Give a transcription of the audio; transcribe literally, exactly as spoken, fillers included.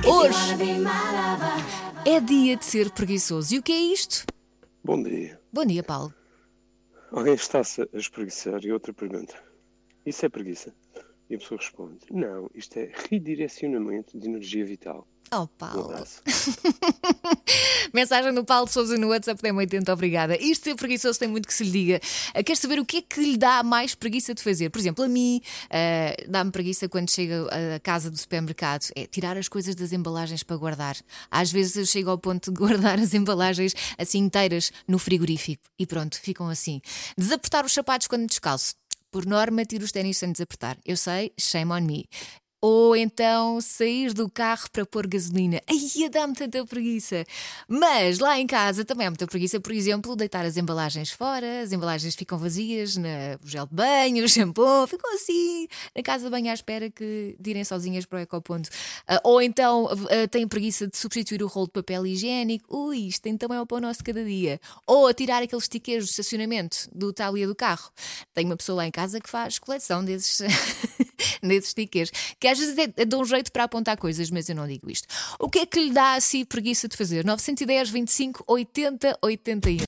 Hoje é dia de ser preguiçoso. E o que é isto? Bom dia. Bom dia, Paulo. Alguém está-se a espreguiçar e outra pergunta: isso é preguiça? E a pessoa responde: não, isto é redirecionamento de energia vital. Oh, Um Paulo. abraço. Mensagem do Paulo Sousa no WhatsApp da M oitenta, obrigada. Isto de ser preguiçoso tem muito que se lhe diga. Ah, Queres saber o que é que lhe dá mais preguiça de fazer? Por exemplo, a mim ah, dá-me preguiça quando chego à casa do supermercado. É tirar as coisas das embalagens para guardar. Às vezes eu chego ao ponto de guardar as embalagens assim inteiras no frigorífico. E pronto, ficam assim. Desapertar os sapatos quando descalço. Por norma, tiro os ténis sem desapertar. Eu sei, shame on me. Ou então sair do carro para pôr gasolina. Ai, dá-me tanta preguiça. Mas lá em casa também há muita preguiça, por exemplo, deitar as embalagens fora, as embalagens ficam vazias, na, o gel de banho, o shampoo, ficam assim na casa de banho à espera que direm sozinhas para o ecoponto. Ah, ou então ah, têm preguiça de substituir o rolo de papel higiênico. Ui, isto então é o pão nosso de cada dia. Ou a tirar aqueles tiqueiros de estacionamento do talia do carro. Tenho uma pessoa lá em casa que faz coleção desses, desses tiqueiros, que às vezes é, é de um jeito para apontar coisas, mas eu não digo isto. O que é que lhe dá assim preguiça de fazer? nove um zero, vinte e cinco, oitenta, oitenta e um